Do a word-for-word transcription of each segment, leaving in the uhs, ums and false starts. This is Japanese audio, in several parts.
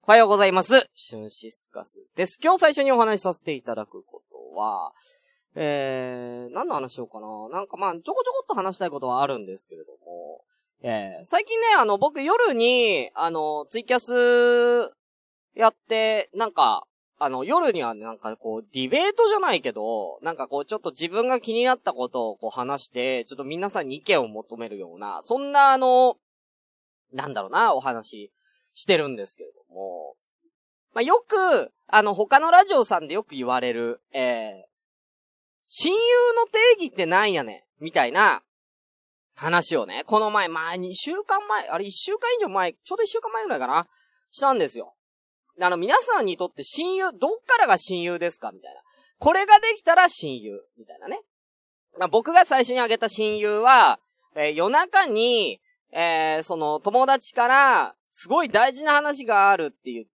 おはようございます。シュンシスカスです。今日最初にお話しさせていただくことは、えー、何の話しようかな。なんかまあ、ちょこちょこっと話したいことはあるんですけれども、えー、最近ね、あの、僕夜に、あの、ツイキャスやって、なんか、あの、夜にはなんかこう、ディベートじゃないけど、なんかこう、ちょっと自分が気になったことをこう話して、ちょっと皆さんに意見を求めるような、そんなあの、なんだろうな、お話してるんですけれども、まあ、よく、あの、他のラジオさんでよく言われる、えー、親友の定義ってなんやねんみたいな話をね、この前、まあ、にしゅうかんまえ、あれいっしゅうかん以上前、ちょうどいっしゅうかんまえぐらいかな、したんですよ。あの、皆さんにとって親友、どっからが親友ですかみたいな。これができたら親友。みたいなね。まあ、僕が最初に挙げた親友は、えー、夜中に、えー、その、友達から、すごい大事な話があるって言って、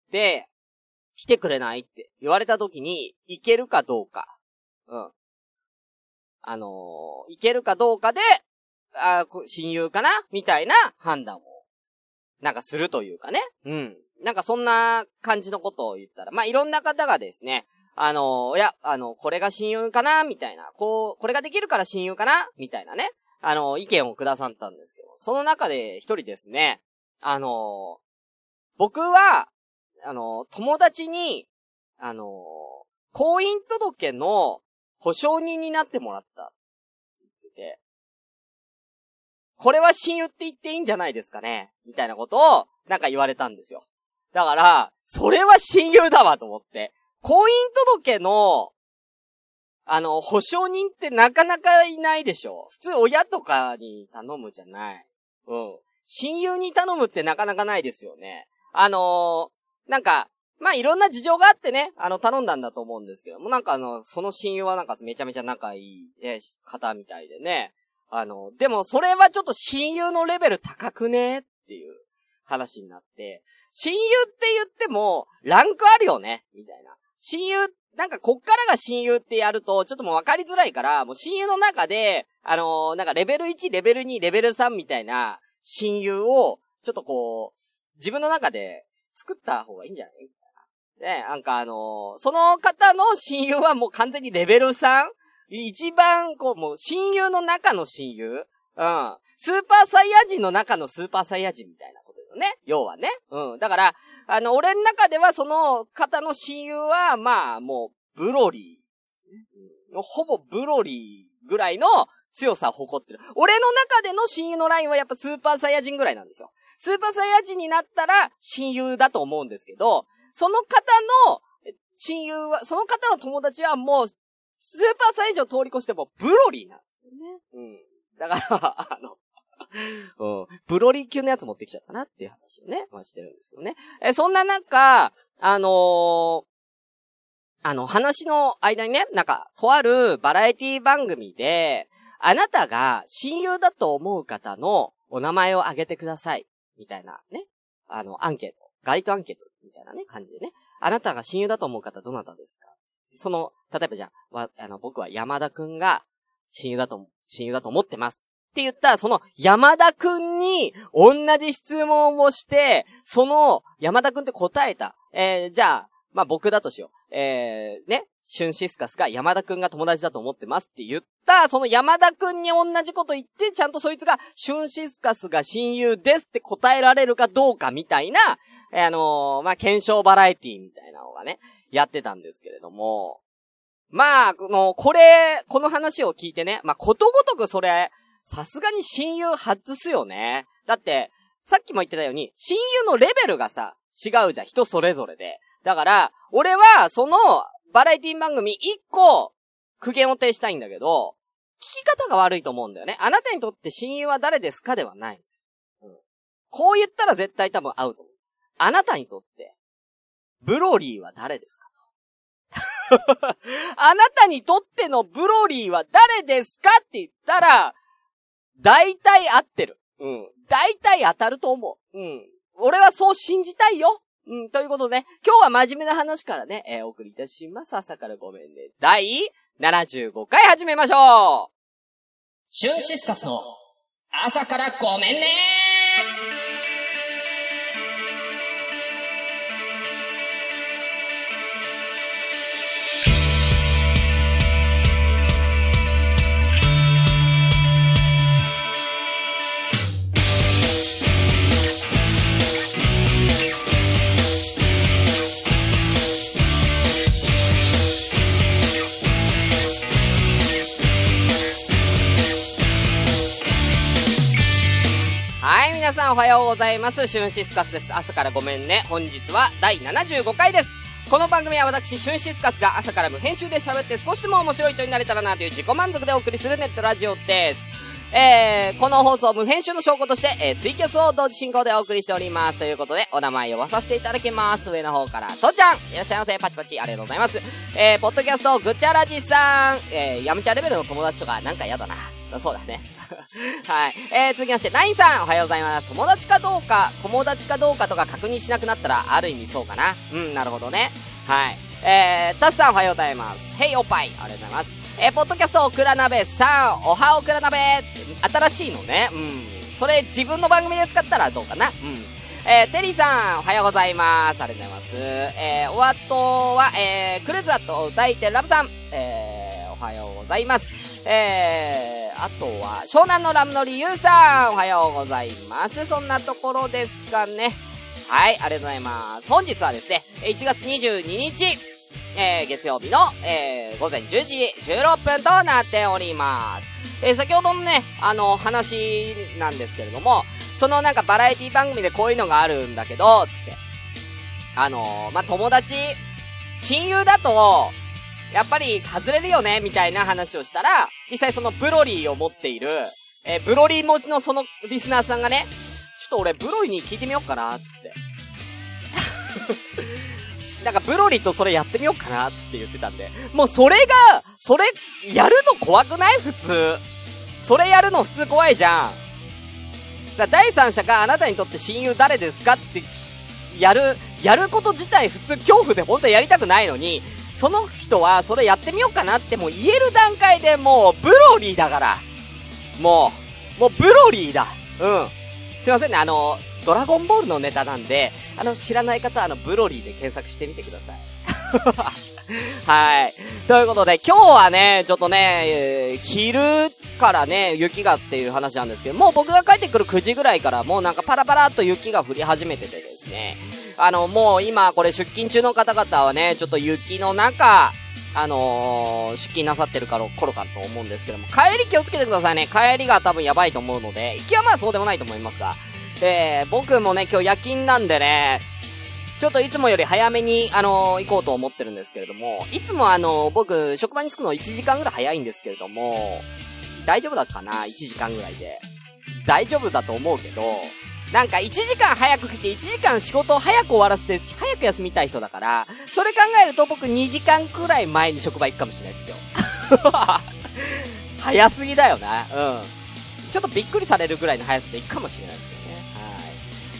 来てくれないって言われた時に、行けるかどうか。うん。あのー、行けるかどうかで、あ親友かなみたいな判断を、なんかするというかね。うん。なんかそんな感じのことを言ったら、まあ、いろんな方がですね、あのー、いや、あの、これが親友かなみたいな、こう、これができるから親友かなみたいなね、あのー、意見をくださったんですけど、その中で一人ですね、あのー、僕は、あのー、友達に、あのー、婚姻届の保証人になってもらった。って言ってて、これは親友って言っていいんじゃないですかねみたいなことを、なんか言われたんですよ。だから、それは親友だわと思って。婚姻届の、あの、保証人ってなかなかいないでしょ。普通親とかに頼むじゃない。うん。親友に頼むってなかなかないですよね。あのー、なんか、まあ、いろんな事情があってね、あの、頼んだんだと思うんですけども、なんかあの、その親友はなんかめちゃめちゃ仲いい、ね、方みたいでね。あの、でもそれはちょっと親友のレベル高くねっていう話になって、親友って言っても、ランクあるよねみたいな。親友、なんかこっからが親友ってやると、ちょっともう分かりづらいから、もう親友の中で、あのー、なんかレベルいち、レベルに、レベルさんみたいな親友を、ちょっとこう、自分の中で作った方がいいんじゃないみたいな。ね、なんかあのー、その方の親友はもう完全にレベルさん？一番、こう、もう親友の中の親友？うん。スーパーサイヤ人の中のスーパーサイヤ人みたいなことよね。要はね。うん。だから、あの、俺の中ではその方の親友は、まあ、もう、ブロリーですね。うん、ほぼブロリーぐらいの強さを誇ってる。俺の中での親友のラインはやっぱスーパーサイヤ人ぐらいなんですよ。スーパーサイヤ人になったら親友だと思うんですけど、その方の親友は、その方の友達はもう、スーパーサイヤ人を通り越してもブロリーなんですよね。うん。だから、あの、うん、ブロリー級のやつ持ってきちゃったなっていう話をね、まあ、してるんですけどね。え、そんな中、あのー、あの、話の間にね、なんか、とあるバラエティ番組で、あなたが親友だと思う方のお名前を挙げてください。みたいなね。あの、アンケート。街頭アンケートみたいなね、感じでね。あなたが親友だと思う方どなたですか？その、例えばじゃあ、わ、あの、僕は山田くんが親友だと、親友だと思ってます。って言ったら、その山田くんに同じ質問をして、その山田くんって答えた。えー、じゃあ、まあ、僕だとしよう。えー、ね。シュンシスカスが山田くんが友達だと思ってますって言った、その山田くんに同じこと言って、ちゃんとそいつがシュンシスカスが親友ですって答えられるかどうかみたいな、あのー、まあ、検証バラエティみたいなのがね、やってたんですけれども、まあ、この、これ、この話を聞いてね、まあ、ことごとくそれ、さすがに親友外すよね。だって、さっきも言ってたように、親友のレベルがさ、違うじゃん。人それぞれで。だから、俺は、その、バラエティ番組一個、苦言を呈したいんだけど、聞き方が悪いと思うんだよね。あなたにとって親友は誰ですかではないんですよ。うん。こう言ったら絶対多分合うと思う。あなたにとって、ブロリーは誰ですかと。あなたにとってのブロリーは誰ですかって言ったら、大体合ってる。うん。大体当たると思う。うん。俺はそう信じたいよ。うん。ということでね、今日は真面目な話からね、えー、お送りいたします。朝からごめんね。だいななじゅうごかい始めましょう。 シュンシスカスの朝からごめんねー。 はい、皆さんおはようございます。シュンシスカスです。朝からごめんね。本日はだいななじゅうごかいです。この番組は私、シュンシスカスが朝から無編集で喋って少しでも面白い人になれたらなという自己満足でお送りするネットラジオです。えー、この放送無編集の証拠として、えー、ツイキャスを同時進行でお送りしております。ということで、お名前呼ばさせていただきます。上の方から、とちゃん、いらっしゃいませ。パチパチ、ありがとうございます。えー、ポッドキャスト、ぐちゃらじさん、えー、やむちゃレベルの友達とか、なんかやだな。そうだね。はい。えー、続きまして、ナインさん、おはようございます。友達かどうか、友達かどうかとか確認しなくなったら、ある意味そうかな。うん、なるほどね。はい。えー、タスさん、おはようございます。ヘイおっぱい、ありがとうございます。えー、ポッドキャスト、オクラ鍋さん、おはオクラ鍋、新しいのね。うん。それ、自分の番組で使ったらどうかな。うん。えー、テリーさん、おはようございます。ありがとうございます。えー、お後は、えー、クルーズアット歌いてラブさん、えー、おはようございます。えー、あとは、湘南のラムのりゆうさん、おはようございます。そんなところですかね。はい、ありがとうございます。本日はですね、いちがつにじゅうににち、えー、月曜日の、えー、ごぜんじゅうじじゅうろっぷんとなっております。えー、先ほどのね、あの、話なんですけれども、そのなんかバラエティ番組でこういうのがあるんだけど、つって。あのー、まあ、友達、親友だと、やっぱり外れるよね、みたいな話をしたら、実際そのブロリーを持っている、えー、ブロリー文字のそのリスナーさんがね、ちょっと俺ブロリーに聞いてみようかな、つって。なんかブロリとそれやってみようかな、つって言ってたんで。もうそれが、それ、やるの怖くない？普通。それやるの普通怖いじゃん。だ第三者があなたにとって親友誰ですかって、やる、やること自体普通恐怖で本当はやりたくないのに、その人はそれやってみようかなってもう言える段階でもうブロリーだから。もう、もうブロリーだ。うん。すいませんね、あの、ドラゴンボールのネタなんで、あの、知らない方はあの、ブロリーで検索してみてください。はい。ということで、今日はね、ちょっとね、えー、昼からね、雪がっていう話なんですけど、もう僕が帰ってくるくじぐらいからもうなんかパラパラっと雪が降り始めててですね、あの、もう今これ出勤中の方々はね、ちょっと雪の中、あのー、出勤なさってるから頃かと思うんですけども、帰り気をつけてくださいね。帰りが多分やばいと思うので、行きはまあそうでもないと思いますが、で、僕もね、今日夜勤なんでね、ちょっといつもより早めに、あのー、行こうと思ってるんですけれども、いつもあのー、僕、職場に着くのいちじかんぐらい早いんですけれども、大丈夫だったかな ?いちじかんぐらいで。大丈夫だと思うけど、なんかいちじかん早く来ていちじかん仕事を早く終わらせて、早く休みたい人だから、それ考えると僕にじかんくらい前に職場行くかもしれないですよ。早すぎだよな。うん。ちょっとびっくりされるぐらいの速さで行くかもしれないですよね。はい。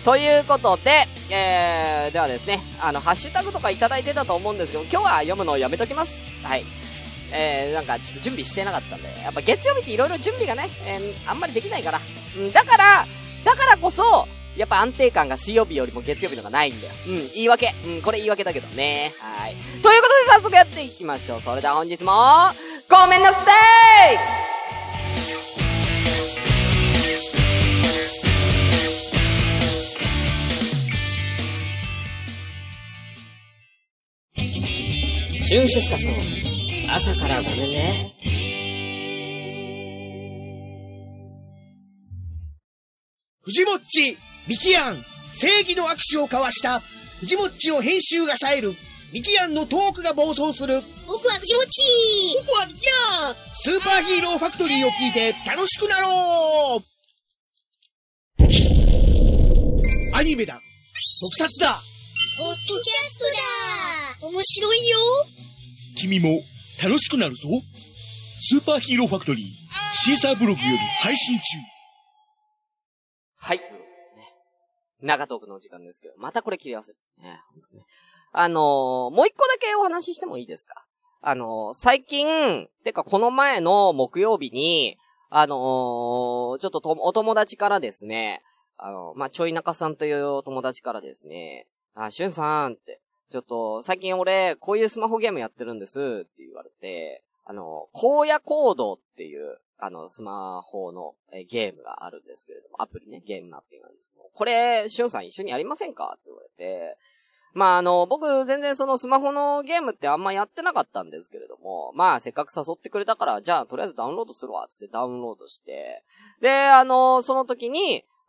ということで、えー、ではですね、あの、ハッシュタグとかいただいてたと思うんですけど、今日は読むのをやめときます。はい。えー、なんかちょっと準備してなかったんで、やっぱ月曜日っていろいろ準備がね、えー、あんまりできないから。うん、だから、だからこそ、やっぱ安定感が水曜日よりも月曜日の方がないんだよ。うん、言い訳。うん、これ言い訳だけどね。はい。ということで早速やっていきましょう。それでは本日も、ごめんなさいシュンシスカスの朝からごめんね。 藤もっち、ミキアン、正義の握手を交わした。藤もっちの編集が冴える。ミキアンのトークが暴走する。 僕は藤もっち。 僕はミキアン。スーパーヒーローファクトリーを聞いて楽しくなろう。アニメだ。特撮だ。 ポッドキャストだ。面白いよ。 君も楽しくなるぞ。スーパーヒーローファクトリー、シーサーブログより配信中。 はい、ということでね。長トークの時間ですけど、またこれ切り合わせてね。本当ねあのー、もう一個だけお話ししてもいいですか？あのー、最近、てかこの前の木曜日に、あのー、ちょっととお友達からですね、あの、まあ、ちょい中さんというお友達からですね、あ、しゅんさんって、ちょっと最近俺、こういうスマホゲームやってるんですって言われて、あの、荒野行動っていう、あの、スマホのえゲームがあるんですけれども、アプリね、ゲームのアプリなんですけども、これ、しゅんさん一緒にやりませんかって言われて、まあ、あの、僕、全然そのスマホのゲームってあんまやってなかったんですけれども、まあ、せっかく誘ってくれたから、じゃあ、とりあえずダウンロードするわ、つってダウンロードして、で、あの、その時に、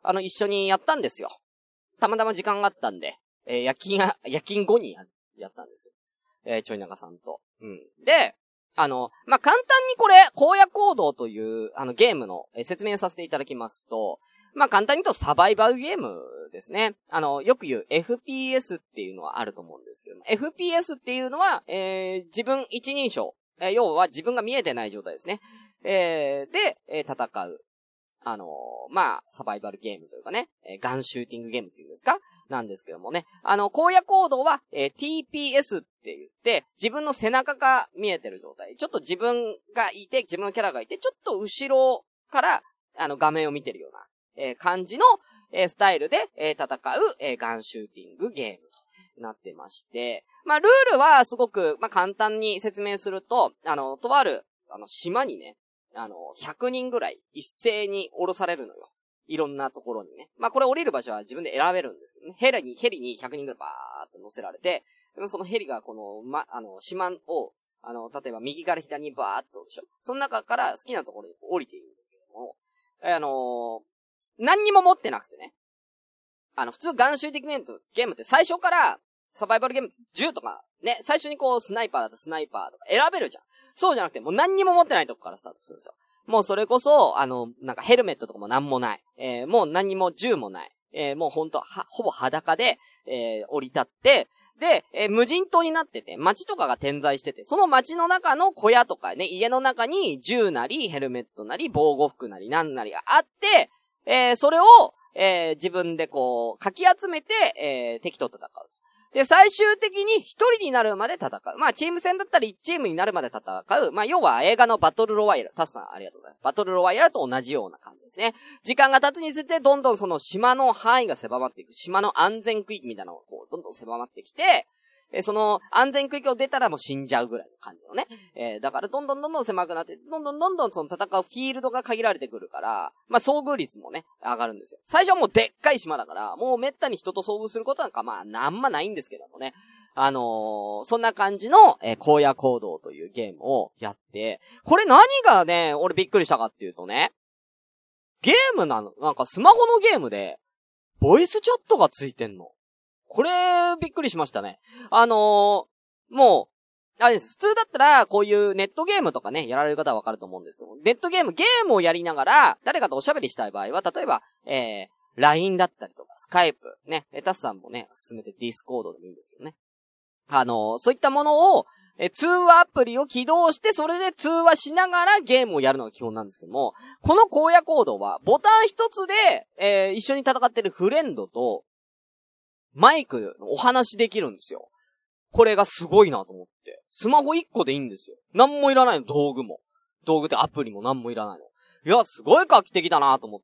あの、一緒にやったんですよ。たまたま時間があったんで、えー、夜勤が、夜勤後にや、やったんですよ。えー、ちょい長さんと。うん。で、あの、まあ、簡単にこれ、荒野行動という、あの、ゲームの、えー、説明させていただきますと、まあ、簡単に言うとサバイバルゲームですね。あの、よく言う エフピーエス っていうのはあると思うんですけども、エフピーエス っていうのは、えー、自分一人称、えー、要は自分が見えてない状態ですね。えー、で、えー、戦う。あのー、まあ、サバイバルゲームというかね、えー、ガンシューティングゲームっていうんですかなんですけどもね。あの、荒野行動は、えー、ティーピーエス って言って、自分の背中が見えてる状態。ちょっと自分がいて、自分のキャラがいて、ちょっと後ろから、あの、画面を見てるような、えー、感じの、えー、スタイルで、えー、戦う、えー、ガンシューティングゲームとなってまして。まあ、ルールはすごく、まあ、簡単に説明すると、あの、とある、あの、島にね、あの、ひゃくにんぐらい一斉に降ろされるのよ。いろんなところにね。まあ、これ降りる場所は自分で選べるんですけどね。ヘリに、ヘリにひゃくにんぐらいバーっと乗せられて、そのヘリがこの、ま、あの、島を、あの、例えば右から左にバーっとでしょ。その中から好きなところに降りているんですけども、あのー、何にも持ってなくてね。あの、普通ガンシューティングゲームゲームって最初から、サバイバルゲーム、銃とか、ね、最初にこう、スナイパーだったらスナイパーとか選べるじゃん。そうじゃなくて、もう何にも持ってないとこからスタートするんですよ。もうそれこそ、あの、なんかヘルメットとかも何もない。えー、もう何にも銃もない。えー、もうほんと、は、ほぼ裸で、えー、降り立って、で、えー、無人島になってて、街とかが点在してて、その街の中の小屋とかね、家の中に銃なり、ヘルメットなり、防護服なり、なんなりがあって、えー、それを、えー、自分でこう、かき集めて、えー、敵と戦う。で、最終的に一人になるまで戦う。まあ、チーム戦だったら一チームになるまで戦う。まあ、要は映画のバトルロワイヤル。タスさんありがとうございます。バトルロワイヤルと同じような感じですね。時間が経つにつれて、どんどんその島の範囲が狭まっていく。島の安全区域みたいなのがこう、どんどん狭まってきて、えー、その安全区域を出たらもう死んじゃうぐらいの感じのね。えー、だからどんどんどんどん狭くなって、どんどんどんどんその戦うフィールドが限られてくるから、まあ遭遇率もね、上がるんですよ。最初はもうでっかい島だから、もうめったに人と遭遇することなんかまあなんまないんですけどもね。あのー、そんな感じの、えー、荒野行動というゲームをやって、これ何がね、俺びっくりしたかっていうとね、ゲームなの、なんかスマホのゲームで、ボイスチャットがついてんの。これ、びっくりしましたね。あのー、もう、あれです。普通だったら、こういうネットゲームとかね、やられる方はわかると思うんですけど、ネットゲーム、ゲームをやりながら、誰かとおしゃべりしたい場合は、例えば、えー、ライン だったりとか、スカイプ、ね、タスさんもね、進めてディスコードでもいいんですけどね。あのー、そういったものを、え、通話アプリを起動して、それで通話しながらゲームをやるのが基本なんですけども、この荒野行動は、ボタン一つで、えー、一緒に戦ってるフレンドと、マイクのお話できるんですよ。これがすごいなと思って。スマホ一個でいいんですよ。なんもいらないの、道具も。道具ってアプリもなんもいらないの。いや、すごい画期的だなと思って。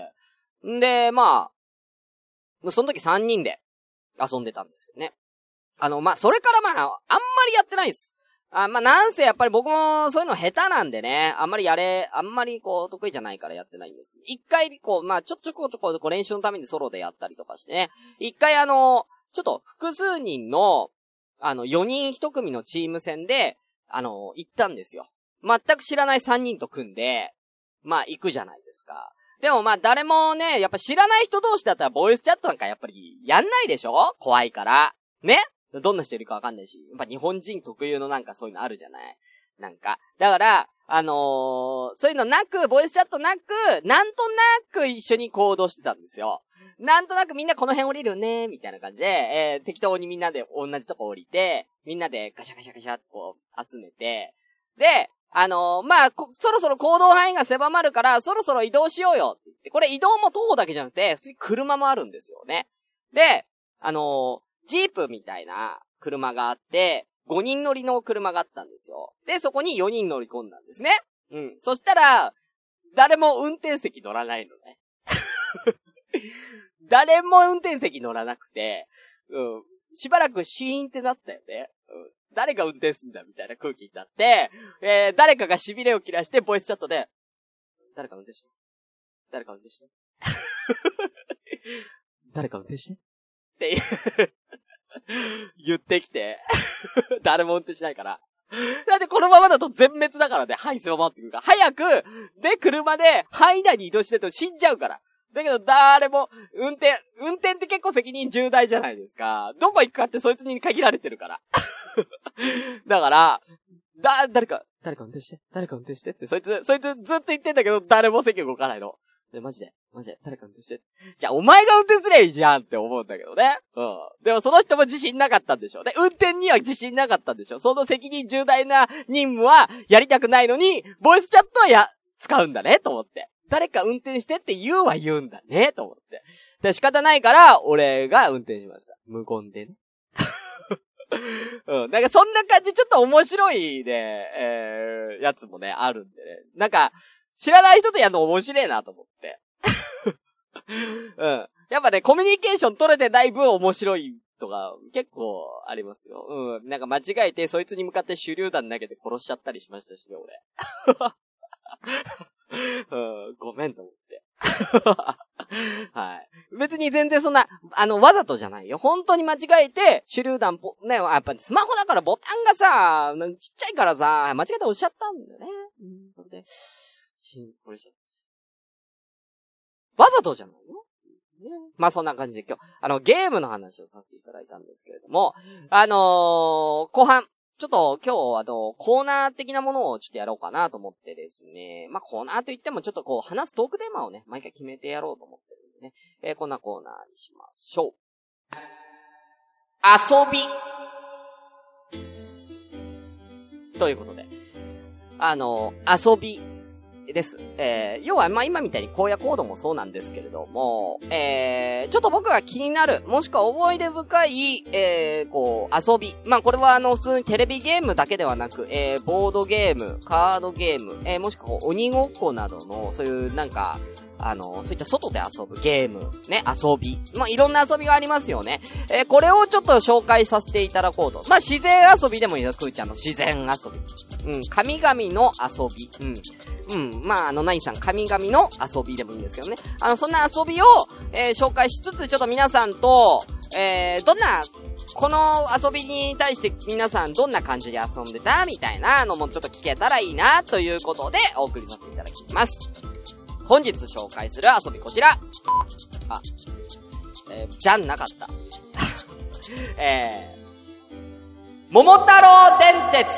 んで、まあ、その時さんにんで遊んでたんですけどね。あの、まあ、それからまあ、あんまりやってないです。あまあ、なんせやっぱり僕もそういうの下手なんでね、あんまりやれ、あんまりこう、得意じゃないからやってないんですけど、一回こう、まあ、ちょっちょこちょこ、こう練習のためにソロでやったりとかしてね、一回あの、ちょっと複数人の、あの、よにん一組のチーム戦で、あの、行ったんですよ。全く知らないさんにんと組んで、まあ、行くじゃないですか。でもまあ、誰もね、やっぱ知らない人同士だったらボイスチャットなんかやっぱりやんないでしょ？怖いから。ね？どんな人いるかわかんないし、やっぱ日本人特有のなんかそういうのあるじゃないなんか。だから、あのー、そういうのなく、ボイスチャットなく、なんとなく一緒に行動してたんですよ。なんとなくみんなこの辺降りるね、みたいな感じで、えー、適当にみんなで同じとこ降りて、みんなでガシャガシャガシャってこう集めて、で、あのー、まあ、そろそろ行動範囲が狭まるから、そろそろ移動しようよって言って、これ移動も徒歩だけじゃなくて、普通に車もあるんですよね。で、あのー、ジープみたいな車があって、ごにん乗りの車があったんですよ。で、そこによにん乗り込んだんですね。うん。そしたら、誰も運転席乗らないのね。誰も運転席乗らなくて、うん。しばらくシーンってなったよね。うん。誰が運転すんだみたいな空気になって、えー、誰かが痺れを切らして、ボイスチャットで、誰か運転して。誰か運転して。誰か運転して。って言ってきて、誰も運転しないから。だってこのままだと全滅だからね、範囲狭まってくるから。早く、で、車で範囲内に移動してると死んじゃうから。 だけど誰も、運転、運転って結構責任重大じゃないですか。どこ行くかってそいつに限られてるから。だから、だ、誰か、誰か運転して、誰か運転してって、そいつ、そいつずっと言ってんだけど、誰も席動かないの。で、マジで、マジで、誰か運転して。じゃあ、お前が運転すりゃいいじゃんって思うんだけどね。うん。でもその人も自信なかったんでしょうね。運転には自信なかったんでしょう。その責任重大な任務はやりたくないのに、ボイスチャットはや、使うんだね、と思って。誰か運転してって言うは言うんだね、と思って。で、仕方ないから、俺が運転しました。無言でね。うん。なんかそんな感じ、ちょっと面白いね、えー、やつもね、あるんでね。なんか、知らない人とやるの面白いなと思って。うん。やっぱね、コミュニケーション取れてない分面白いとか、結構ありますよ。うん。なんか間違えて、そいつに向かって手榴弾投げて殺しちゃったりしましたしね、俺。うん、ごめんと思って。はい。別に全然そんな、あの、わざとじゃないよ。本当に間違えて、手榴弾ぽ、ね、やっぱスマホだからボタンがさ、ちっちゃいからさ、間違えて押しちゃったんだよね。うん、それで、しん、これしちゃった。わざとじゃないよ。ね、まあそんな感じで今日、あの、ゲームの話をさせていただいたんですけれども、あのー、後半、ちょっと今日あの、コーナー的なものをちょっとやろうかなと思ってですね。まあ、コーナーと言ってもちょっとこう、話すトークテーマをね、毎回決めてやろうと思ってるんでね。えー、こんなコーナーにしましょう。遊び。ということで。あの、遊びです。えー、要はまあ今みたいに荒野行動もそうなんですけれども、えー、ちょっと僕が気になる、もしくは思い出深い、えー、こう、遊び。まあこれはあの、普通にテレビゲームだけではなく、えー、ボードゲーム、カードゲーム、えー、もしくはこう鬼ごっこなどの、そういうなんか、あの、そういった外で遊ぶゲーム、ね、遊び。まあ、いろんな遊びがありますよね。えー、これをちょっと紹介させていただこうと。まあ、自然遊びでもいいよ、くーちゃんの自然遊び。うん、神々の遊び。うん。うん、まあ、あの、何さん、神々の遊びでもいいんですけどね。あの、そんな遊びを、えー、紹介しつつ、ちょっと皆さんと、えー、どんな、この遊びに対して皆さんどんな感じで遊んでたみたいなのもちょっと聞けたらいいな、ということで、お送りさせていただきます。本日紹介する遊びこちら。あ、えー、じゃんなかった。えー、桃太郎電鉄。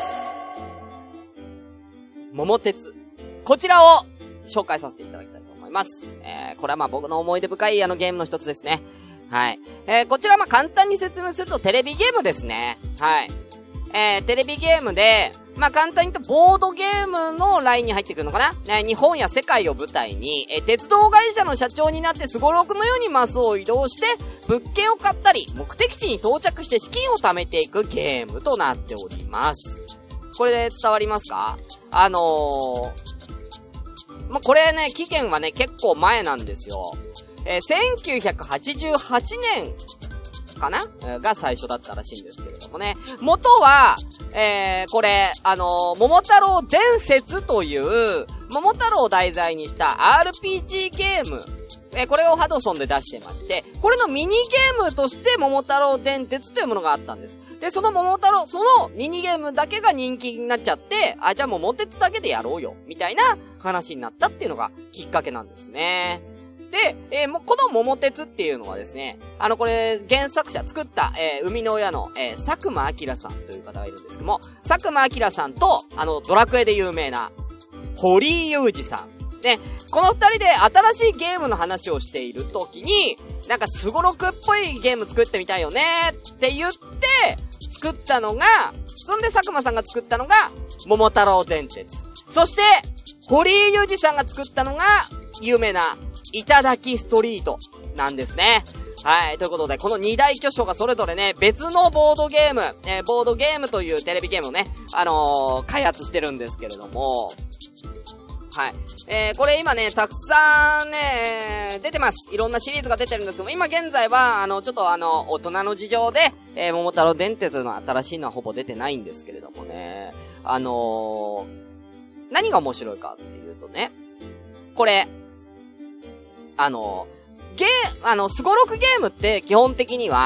桃鉄。こちらを紹介させていただきたいと思います。えー、これはまあ僕の思い出深いあのゲームの一つですね。はい。えー、こちらまあ簡単に説明するとテレビゲームですね。はい。えー、テレビゲームで、まあ、簡単に言うと、ボードゲームのラインに入ってくるのかな、ね、日本や世界を舞台に、えー、鉄道会社の社長になってスゴロクのようにマスを移動して、物件を買ったり、目的地に到着して資金を貯めていくゲームとなっております。これで伝わりますか？あのー、まあ、これね、期限はね、結構前なんですよ。えー、せんきゅうひゃくはちじゅうはちねん、かなが最初だったらしいんですけれどもね。元は、えー、これ、あのー、桃太郎伝説という、桃太郎を題材にした アールピージー ゲーム、えー、これをハドソンで出してまして、これのミニゲームとして桃太郎電鉄というものがあったんです。で、その桃太郎、そのミニゲームだけが人気になっちゃって、あ、じゃあ桃鉄だけでやろうよ、みたいな話になったっていうのがきっかけなんですね。で、えー、も、この桃鉄っていうのはですね、あの、これ、原作者作った、えー、生みの親の、えー、佐久間明さんという方がいるんですけども、佐久間明さんと、あの、ドラクエで有名な、堀井雄二さん。ね、この二人で新しいゲームの話をしているときに、なんかスゴロクっぽいゲーム作ってみたいよねって言って、作ったのが、そんで佐久間さんが作ったのが、桃太郎電鉄。そして、堀井雄二さんが作ったのが、有名な、いただきストリートなんですね。はい。ということで、この二大巨匠がそれぞれね、別のボードゲーム、えー、ボードゲームというテレビゲームをね、あのー、開発してるんですけれども、はい。えー、これ今ね、たくさんね、出てます。いろんなシリーズが出てるんですけど、今現在は、あの、ちょっとあの、大人の事情で、えー、桃太郎電鉄の新しいのはほぼ出てないんですけれどもね、あのー、何が面白いかっていうとね、これ、あの、ゲー、あの、スゴロクゲームって基本的には、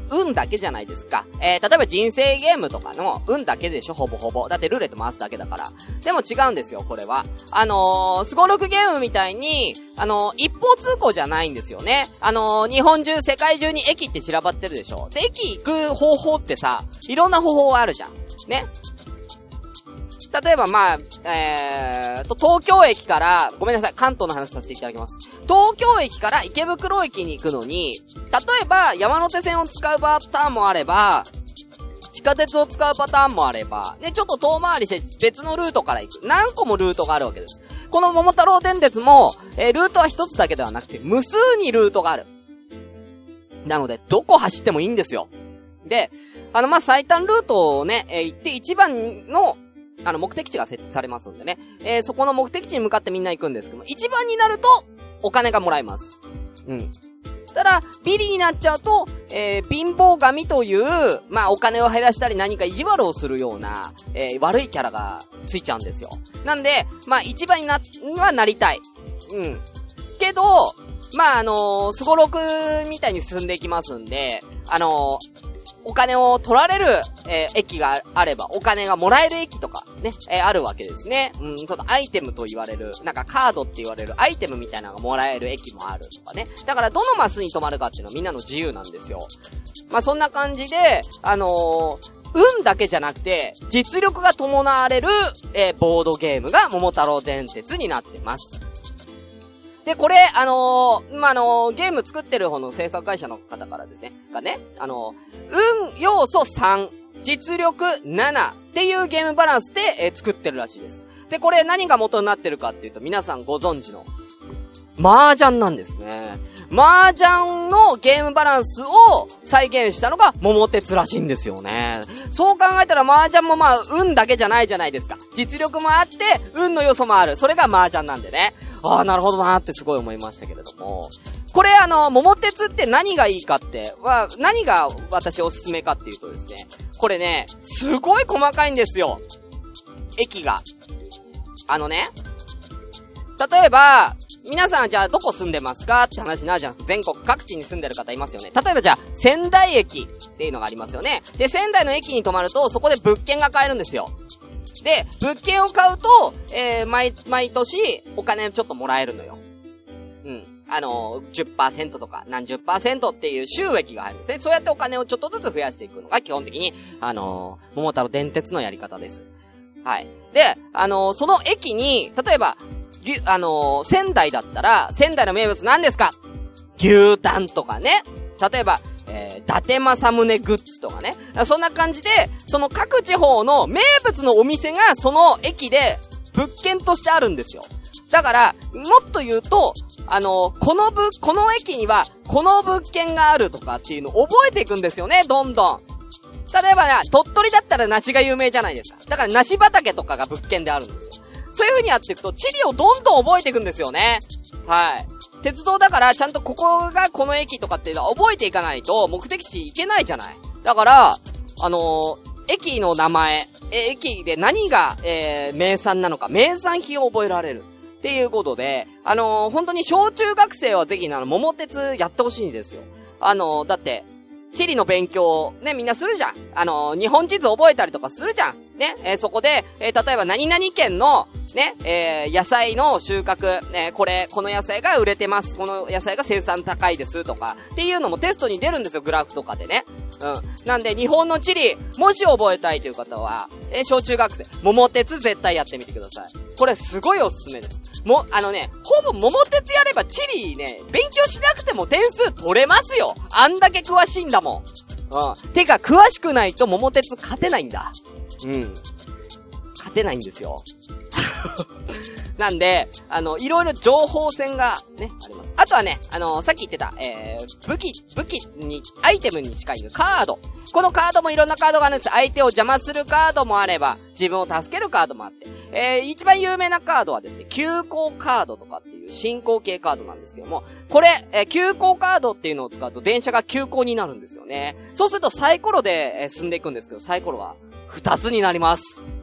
運だけじゃないですか。えー、例えば人生ゲームとかの運だけでしょ、ほぼほぼ。だってルーレット回すだけだから。でも違うんですよ、これは。あのー、スゴロクゲームみたいに、あのー、一方通行じゃないんですよね。あのー、日本中、世界中に駅って散らばってるでしょ。で、駅行く方法ってさ、いろんな方法あるじゃん。ね。例えばまあ、えーと、東京駅から、ごめんなさい、関東の話させていただきます。東京駅から池袋駅に行くのに、例えば山手線を使うパターンもあれば、地下鉄を使うパターンもあれば、ね、ちょっと遠回りして別のルートから行く。何個もルートがあるわけです。この桃太郎電鉄も、えー、ルートは一つだけではなくて、無数にルートがある。なので、どこ走ってもいいんですよ。で、あの、まあ、最短ルートをね、えー、行って一番の、あの、目的地が設置されますんでね。えー、そこの目的地に向かってみんな行くんですけども、一番になると、お金がもらえます。うん。ただ、ビリになっちゃうと、えー、貧乏神という、まあ、お金を減らしたり何か意地悪をするような、えー、悪いキャラがついちゃうんですよ。なんで、まあ、一番にな、はなりたい。うん。けど、まあ、あのー、スゴロクみたいに進んでいきますんで、あのー、お金を取られる、えー、駅があれば、お金がもらえる駅とか、ね、えー、あるわけですね。うん、ちょっとアイテムと言われる、なんかカードって言われるアイテムみたいなのがもらえる駅もあるとかね。だから、どのマスに止まるかっていうのはみんなの自由なんですよ。まあ、そんな感じで、あのー、運だけじゃなくて、実力が伴われる、えー、ボードゲームが桃太郎電鉄になってます。で、これ、あのー、まあ、あのー、ゲーム作ってる方の制作会社の方からですね、がね、あのー、運要素さん、実力ななっていうゲームバランスで、えー、作ってるらしいです。で、これ何が元になってるかっていうと、皆さんご存知の、麻雀なんですね。麻雀のゲームバランスを再現したのが桃鉄らしいんですよね。そう考えたら麻雀もまあ、運だけじゃないじゃないですか。実力もあって、運の要素もある。それが麻雀なんでね。ああ、なるほどなーってすごい思いましたけれども。これあの、桃鉄って何がいいかって、は、何が私おすすめかっていうとですね、これね、すごい細かいんですよ。駅が。あのね、例えば、皆さんじゃあどこ住んでますかって話になるじゃん。全国各地に住んでる方いますよね。例えばじゃあ、仙台駅っていうのがありますよね。で、仙台の駅に泊まると、そこで物件が買えるんですよ。で、物件を買うと、えー、毎、毎年、お金ちょっともらえるのよ。うん。あのー、じゅっパーセント とか、何十パーセントっていう収益が入るんですね。そうやってお金をちょっとずつ増やしていくのが基本的に、あのー、桃太郎電鉄のやり方です。はい。で、あのー、その駅に、例えば、ぎゅ、あのー、仙台だったら、仙台の名物何ですか？牛タンとかね。例えば、えー、伊達政宗グッズとかね。そんな感じで、その各地方の名物のお店がその駅で物件としてあるんですよ。だから、もっと言うと、あのー、このぶ、この駅にはこの物件があるとかっていうのを覚えていくんですよね、どんどん。例えばね、鳥取だったら梨が有名じゃないですか。だから梨畑とかが物件であるんですよ。そういう風にやっていくと、地理をどんどん覚えていくんですよね。はい。鉄道だから、ちゃんとここがこの駅とかっていうのは覚えていかないと、目的地行けないじゃない。だから、あのー、駅の名前、え、駅で何が、えー、名産なのか、名産品を覚えられる。っていうことで、あのー、本当に小中学生はぜひ、あの、桃鉄やってほしいんですよ。あのー、だって、地理の勉強、ね、みんなするじゃん。あのー、日本地図覚えたりとかするじゃん。ね、えー、そこで、えー、例えば何々県の、ね、えー、野菜の収穫、ね、これ、この野菜が売れてます。この野菜が生産高いですとか、っていうのもテストに出るんですよ、グラフとかでね。うん。なんで、日本の地理、もし覚えたいという方は、えー、小中学生、桃鉄絶対やってみてください。これ、すごいおすすめです。も、あのね、ほぼ桃鉄やれば地理ね、勉強しなくても点数取れますよ。あんだけ詳しいんだもん。うん。てか、詳しくないと桃鉄勝てないんだ。うん。勝てないんですよ。なんで、あの、いろいろ情報戦がね、あります。あとはね、あの、さっき言ってた、えー、武器、武器に、アイテムに近いカード。このカードもいろんなカードがあるんです。相手を邪魔するカードもあれば、自分を助けるカードもあって。えー、一番有名なカードはですね、急行カードとかっていう進行形カードなんですけども、これ、えー、急行カードっていうのを使うと電車が急行になるんですよね。そうするとサイコロで、えー、進んでいくんですけど、サイコロは二つになります。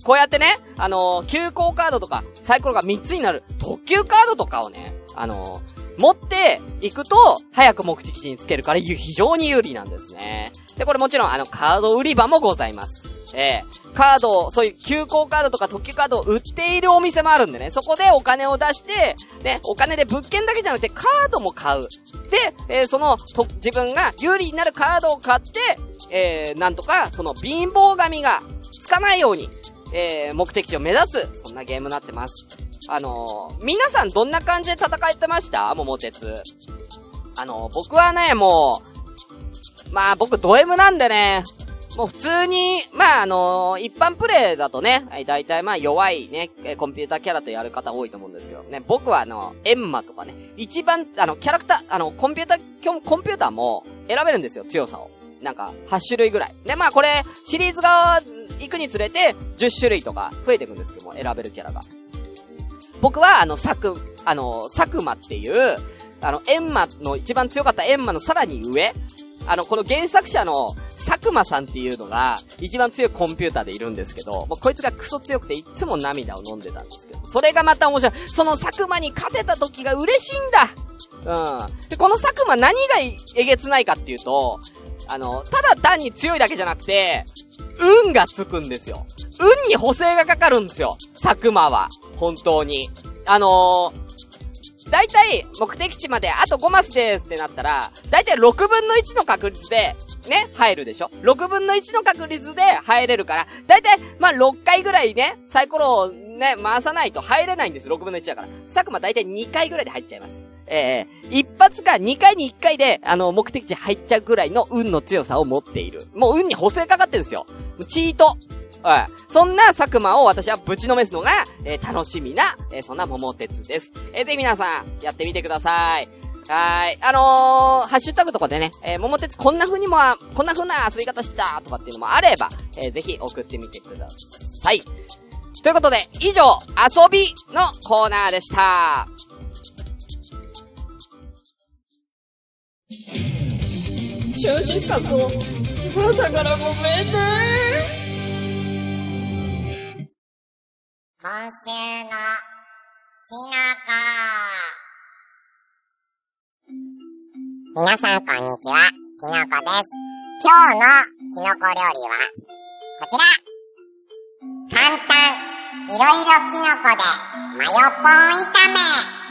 こうやってね、あのー、急行カードとか、サイコロがみっつになる特急カードとかをね、あのー、持っていくと、早く目的地につけるから非常に有利なんですね。で、これもちろんあの、カード売り場もございます。えー、カードを、そういう急行カードとか特急カードを売っているお店もあるんでね、そこでお金を出して、ね、お金で物件だけじゃなくてカードも買う。で、えー、その、と、自分が有利になるカードを買って、えー、なんとか、その貧乏神がつかないように、えー、目的地を目指す、そんなゲームになってます。あのー、皆さんどんな感じで戦えてました？桃鉄。あのー、僕はね、もう、まあ僕ド M なんでね、もう普通に、まああのー、一般プレイだとね、だいたいまあ弱いね、コンピューターキャラとやる方多いと思うんですけどね、僕はあの、エンマとかね、一番、あの、キャラクター、あの、コンピューター、コンピューターも選べるんですよ、強さを。なんか、はち種類ぐらい。で、まあこれ、シリーズが行くにつれて、じゅっ種類とか増えていくんですけども、選べるキャラが。僕は、あの、サク、あの、サクマっていう、あの、エンマの一番強かったエンマのさらに上、あの、この原作者の佐久間さんっていうのが一番強いコンピューターでいるんですけど、もうこいつがクソ強くていつも涙を飲んでたんですけど、それがまた面白い。その佐久間に勝てた時が嬉しいんだ。うん。で、この佐久間何がえげつないかっていうと、あの、ただ単に強いだけじゃなくて、運がつくんですよ。運に補正がかかるんですよ。佐久間は。本当に。あのー、だいたい目的地まであとごマスですってなったら、だいたいろくぶんのいちの確率で、ね、入るでしょ ?ろくぶんのいちの確率で入れるから、だいたい、まあ、ろっかいぐらいね、サイコロをね、回さないと入れないんです。ろくぶんのいちだから。佐久間だいたいにかいぐらいで入っちゃいます。ええー、一発がにかいにいっかいで、あの、目的地入っちゃうぐらいの運の強さを持っている。もう運に補正かかってるんですよ。チート。はい。そんな佐久間を私はぶちのめすのが、えー、楽しみな、えー、そんな桃鉄です。えー、ぜひ皆さん、やってみてください。はい。あのー、ハッシュタグとかでね、えー、桃鉄こんな風にも、こんな風な遊び方したとかっていうのもあれば、えー、ぜひ送ってみてください。ということで、以上、遊びのコーナーでした。 シュンシスカスの朝からごめんね。 今週のきのこ。皆さんこんにちは、きのこです。今日のきのこ料理はこちら。簡単いろいろきのこでマヨポン炒め。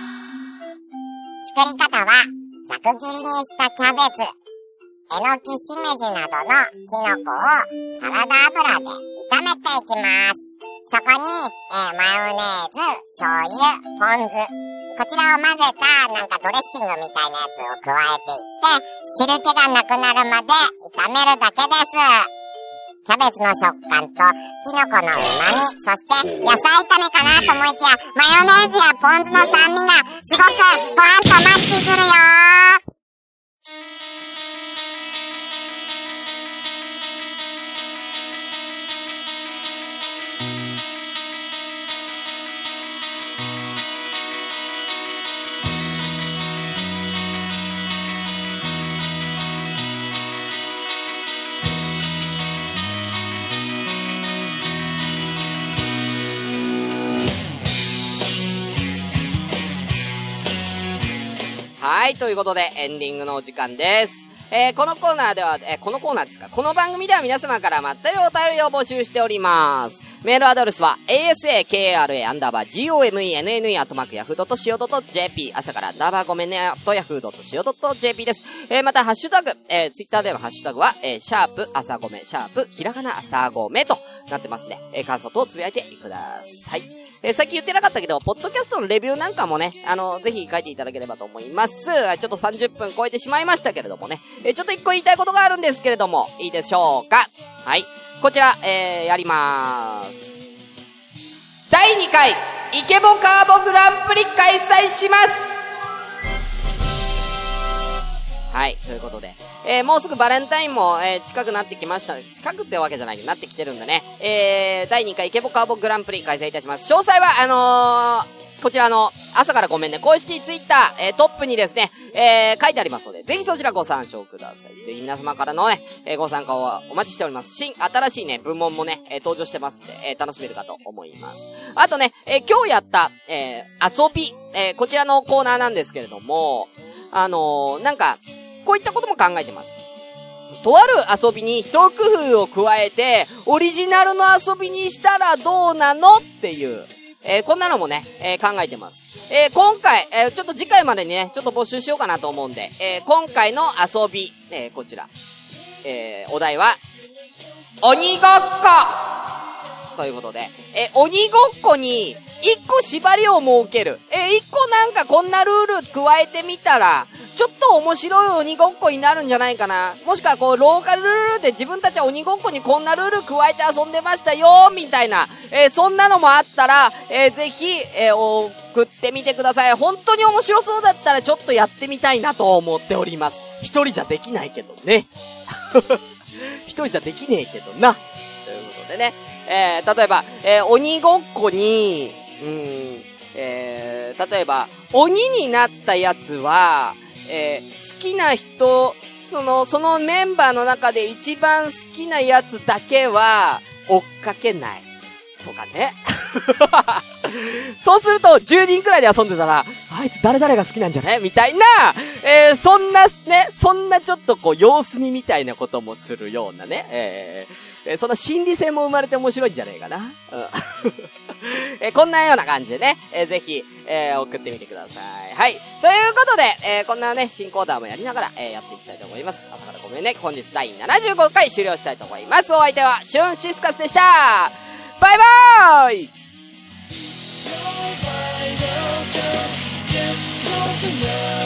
作り方はざく切りにしたキャベツ、えのきしめじなどのきのこをサラダ油で炒めていきます。そこに、えー、マヨネーズ、醤油、ポン酢、こちらを混ぜたなんかドレッシングみたいなやつを加えていって、汁気がなくなるまで炒めるだけです。キャベツの食感とキノコの旨味、そして野菜炒めかなと思いきや、マヨネーズやポン酢の酸味がすごくご飯とマッチするよー。 はい、ということでエンディングのお時間です。えー、このコーナーでは、えー、このコーナーですか、この番組では皆様からまったりお便りを募集しております。メールアドレスは エーエスエーケーアールエー アンダーバー ジーオーエムイーエヌエヌイー アットマークヤフードットシーオードットジェーピー 朝からアンダーバーごめんねアットヤフードットシーオードットジェーピー です。えー、またハッシュタグ、えー、ツイッターでのハッシュタグは、えー、シャープ朝ごめ、シャープひらがな朝ごめとなってますね。えー、感想等つぶやいてください。えー、さっき言ってなかったけど、ポッドキャストのレビューなんかもね、あの、ぜひ書いていただければと思います。ちょっとさんじゅっぷん超えてしまいましたけれどもね、えー、ちょっと一個言いたいことがあるんですけれども、いいでしょうか。はい。こちら、えー、やりまーす。だいにかい、イケボカーボグランプリ開催します。はい、ということで、えー、もうすぐバレンタインも、えー、近くなってきました。近くってわけじゃないけど、なってきてるんでね。えー、だいにかいイケボカーボグランプリ開催いたします。詳細は、あのー、 こちらの、朝からごめんね、公式ツイッター、えー、トップにですね、えー、書いてありますので、ぜひそちらご参照ください。ぜひ皆様からのね、えー、ご参加をお待ちしております。新、新しいね、部門もね、えー、登場してますんで、えー、楽しめるかと思います。あとね、えー、今日やった、えー、遊び、えー、こちらのコーナーなんですけれども、あのー、なんか、こういったことも考えてます。とある遊びに一工夫を加えて、オリジナルの遊びにしたらどうなのっていう、えー、こんなのもね、えー、考えてます。えー、今回、えー、ちょっと次回までにね、ちょっと募集しようかなと思うんで、えー、今回の遊び、えー、こちら、えー、お題は、鬼ごっこということで、えー、鬼ごっこに一個縛りを設ける。えー、一個なんかこんなルール加えてみたら、ちょっと面白い鬼ごっこになるんじゃないかな。もしくはこう、ローカルルールで自分たちは鬼ごっこにこんなルール加えて遊んでましたよ、みたいな、えー、そんなのもあったら、えー、ぜひ、えー、送ってみてください。本当に面白そうだったらちょっとやってみたいなと思っております。一人じゃできないけどね。一人じゃできねえけどな。ということでね、えー、例えば、えー、鬼ごっこに、うーん、えー、例えば、鬼になったやつは、えー、好きな人、その、そのメンバーの中で一番好きなやつだけは、追っかけない。とかね。そうすると、じゅうにんくらいで遊んでたら、あいつ誰々が好きなんじゃねみたいな、えー、そんなね、そんなちょっとこう、様子見みたいなこともするようなね、えーえー、その心理戦も生まれて面白いんじゃねえかな。うん、えー、こんなような感じでね、えー、ぜひ、えー、送ってみてください。はい。ということで、えー、こんなね、新コーナーもやりながら、えー、やっていきたいと思います。朝からごめんね。本日だいななじゅうごかい終了したいと思います。お相手は、シュンシスカスでした。バイバーイ。 Just